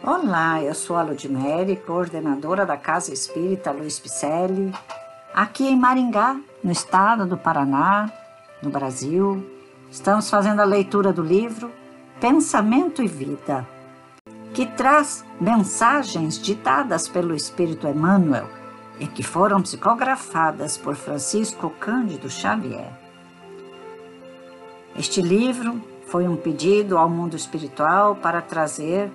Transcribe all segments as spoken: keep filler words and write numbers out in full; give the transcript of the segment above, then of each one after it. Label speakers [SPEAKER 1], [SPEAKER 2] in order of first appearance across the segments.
[SPEAKER 1] Olá, eu sou a Ludmere, coordenadora da Casa Espírita Luiz Picelli, aqui em Maringá, no estado do Paraná, no Brasil. Estamos fazendo a leitura do livro Pensamento e Vida, que traz mensagens ditadas pelo Espírito Emmanuel e que foram psicografadas por Francisco Cândido Xavier. Este livro foi um pedido ao mundo espiritual para trazer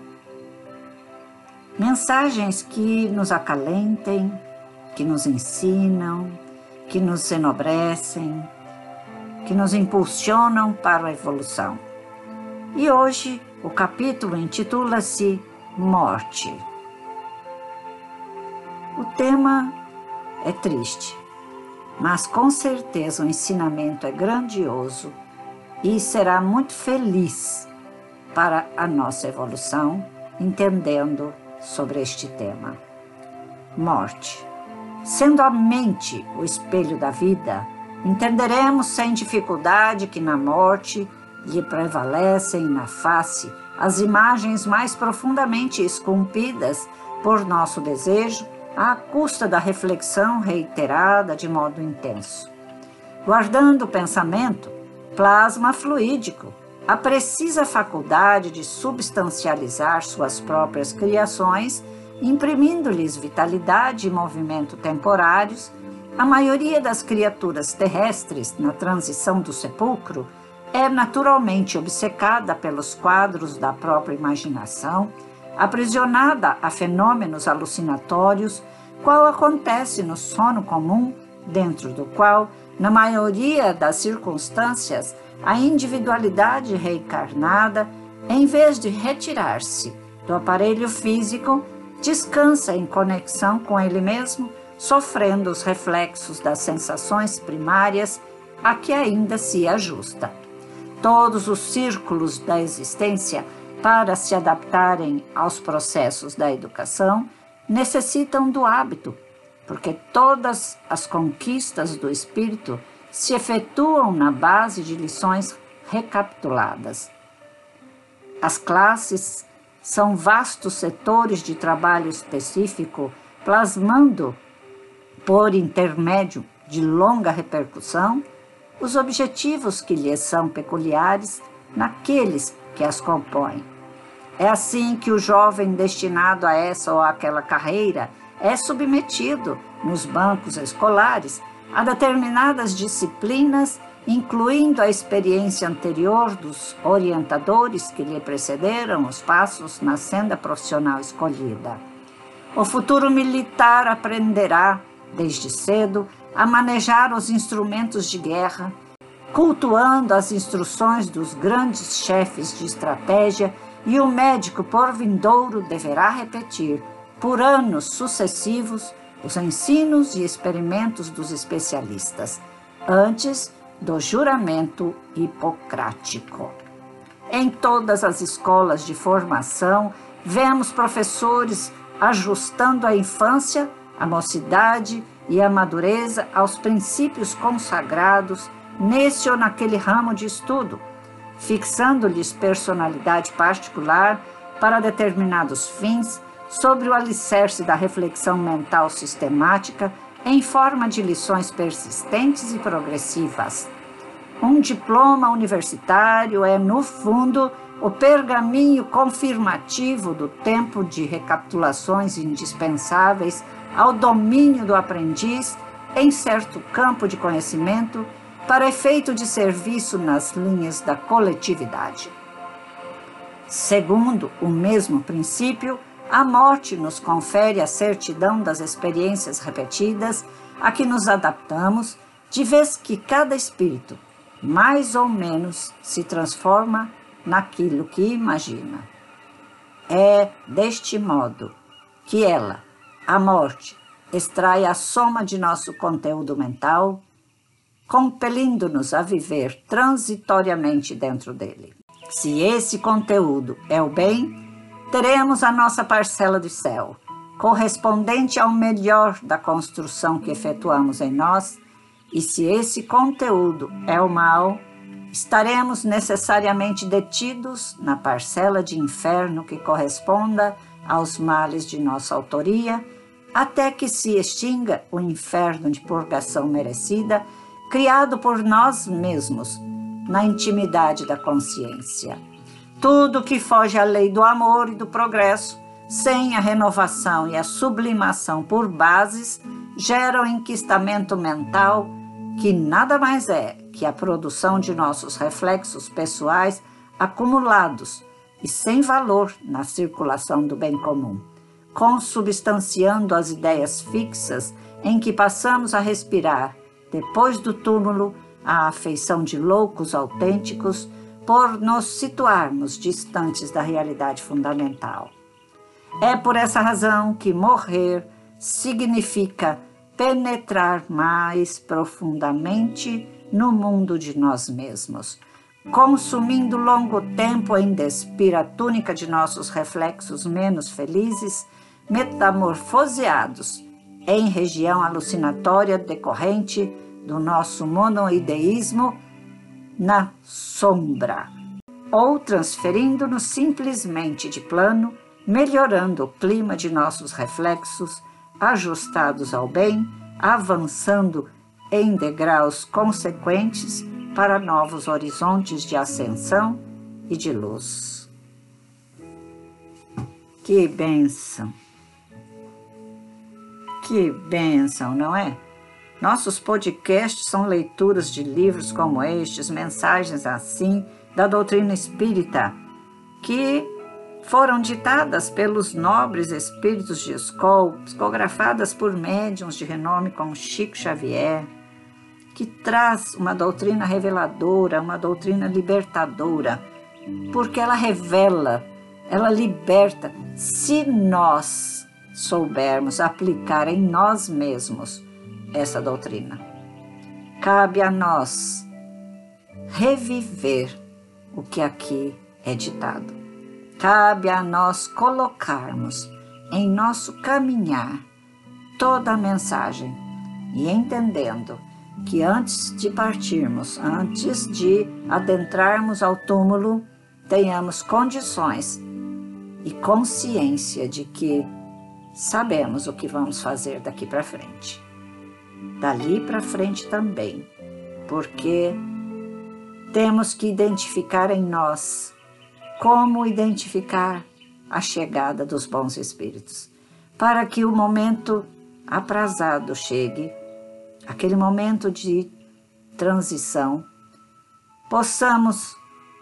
[SPEAKER 1] mensagens que nos acalentem, que nos ensinam, que nos enobrecem, que nos impulsionam para a evolução. E hoje o capítulo intitula-se Morte. O tema é triste, mas com certeza o ensinamento é grandioso e será muito feliz para a nossa evolução, entendendo sobre este tema. Morte. Sendo a mente o espelho da vida, entenderemos sem dificuldade que na morte lhe prevalecem na face as imagens mais profundamente esculpidas por nosso desejo, à custa da reflexão reiterada de modo intenso. Guardando o pensamento, plasma fluídico, a precisa faculdade de substancializar suas próprias criações, imprimindo-lhes vitalidade e movimento temporários, a maioria das criaturas terrestres, na transição do sepulcro, é naturalmente obcecada pelos quadros da própria imaginação, aprisionada a fenômenos alucinatórios, qual acontece no sono comum, dentro do qual, na maioria das circunstâncias, a individualidade reencarnada, em vez de retirar-se do aparelho físico, descansa em conexão com ele mesmo, sofrendo os reflexos das sensações primárias a que ainda se ajusta. Todos os círculos da existência, para se adaptarem aos processos da educação, necessitam do hábito, porque todas as conquistas do espírito se efetuam na base de lições recapituladas. As classes são vastos setores de trabalho específico, plasmando, por intermédio de longa repercussão, os objetivos que lhes são peculiares naqueles que as compõem. É assim que o jovem destinado a essa ou aquela carreira é submetido, nos bancos escolares, a determinadas disciplinas, incluindo a experiência anterior dos orientadores que lhe precederam os passos na senda profissional escolhida. O futuro militar aprenderá, desde cedo, a manejar os instrumentos de guerra, cultuando as instruções dos grandes chefes de estratégia, e o médico por vindouro deverá repetir, por anos sucessivos, os ensinos e experimentos dos especialistas, antes do juramento hipocrático. Em todas as escolas de formação, vemos professores ajustando a infância, a mocidade e a madureza aos princípios consagrados nesse ou naquele ramo de estudo, fixando-lhes personalidade particular para determinados fins, sobre o alicerce da reflexão mental sistemática em forma de lições persistentes e progressivas. Um diploma universitário é, no fundo, o pergaminho confirmativo do tempo de recapitulações indispensáveis ao domínio do aprendiz em certo campo de conhecimento para efeito de serviço nas linhas da coletividade. Segundo o mesmo princípio, a morte nos confere a certidão das experiências repetidas a que nos adaptamos, de vez que cada espírito, mais ou menos, se transforma naquilo que imagina. É deste modo que ela, a morte, extrai a soma de nosso conteúdo mental, compelindo-nos a viver transitoriamente dentro dele. Se esse conteúdo é o bem, teremos a nossa parcela de céu, correspondente ao melhor da construção que efetuamos em nós, e se esse conteúdo é o mal, estaremos necessariamente detidos na parcela de inferno que corresponda aos males de nossa autoria, até que se extinga o inferno de purgação merecida, criado por nós mesmos, na intimidade da consciência. Tudo que foge à lei do amor e do progresso, sem a renovação e a sublimação por bases, gera um enquistamento mental que nada mais é que a produção de nossos reflexos pessoais acumulados e sem valor na circulação do bem comum, consubstanciando as ideias fixas em que passamos a respirar, depois do túmulo, a afeição de loucos autênticos, por nos situarmos distantes da realidade fundamental. É por essa razão que morrer significa penetrar mais profundamente no mundo de nós mesmos, consumindo longo tempo em despir a túnica de nossos reflexos menos felizes, metamorfoseados em região alucinatória decorrente do nosso monoideísmo na sombra, ou transferindo-nos simplesmente de plano, melhorando o clima de nossos reflexos, ajustados ao bem, avançando em degraus consequentes para novos horizontes de ascensão e de luz. Que bênção! Que bênção, não é? Nossos podcasts são leituras de livros como estes, mensagens assim, da doutrina espírita, que foram ditadas pelos nobres espíritos de escola, psicografadas por médiuns de renome como Chico Xavier, que traz uma doutrina reveladora, uma doutrina libertadora, porque ela revela, ela liberta, se nós soubermos aplicar em nós mesmos essa doutrina. Cabe a nós reviver o que aqui é ditado. Cabe a nós colocarmos em nosso caminhar toda a mensagem e entendendo que antes de partirmos, antes de adentrarmos ao túmulo, tenhamos condições e consciência de que sabemos o que vamos fazer daqui para frente. Dali para frente também, porque temos que identificar em nós como identificar a chegada dos bons espíritos, para que o momento aprazado chegue, aquele momento de transição, possamos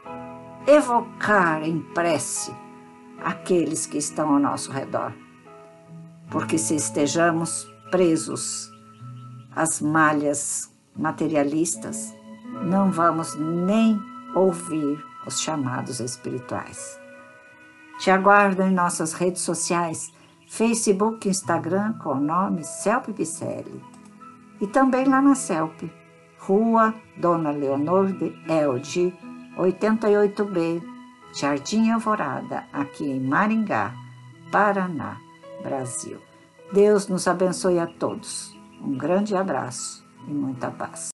[SPEAKER 1] evocar em prece aqueles que estão ao nosso redor, porque se estejamos presos às malhas materialistas, não vamos nem ouvir os chamados espirituais. Te aguardo em nossas redes sociais, Facebook e Instagram com o nome Celpe Picelli. E também lá na Celpe, Rua Dona Leonor de Elde, oitenta e oito B, Jardim Alvorada, aqui em Maringá, Paraná, Brasil. Deus nos abençoe a todos. Um grande abraço e muita paz.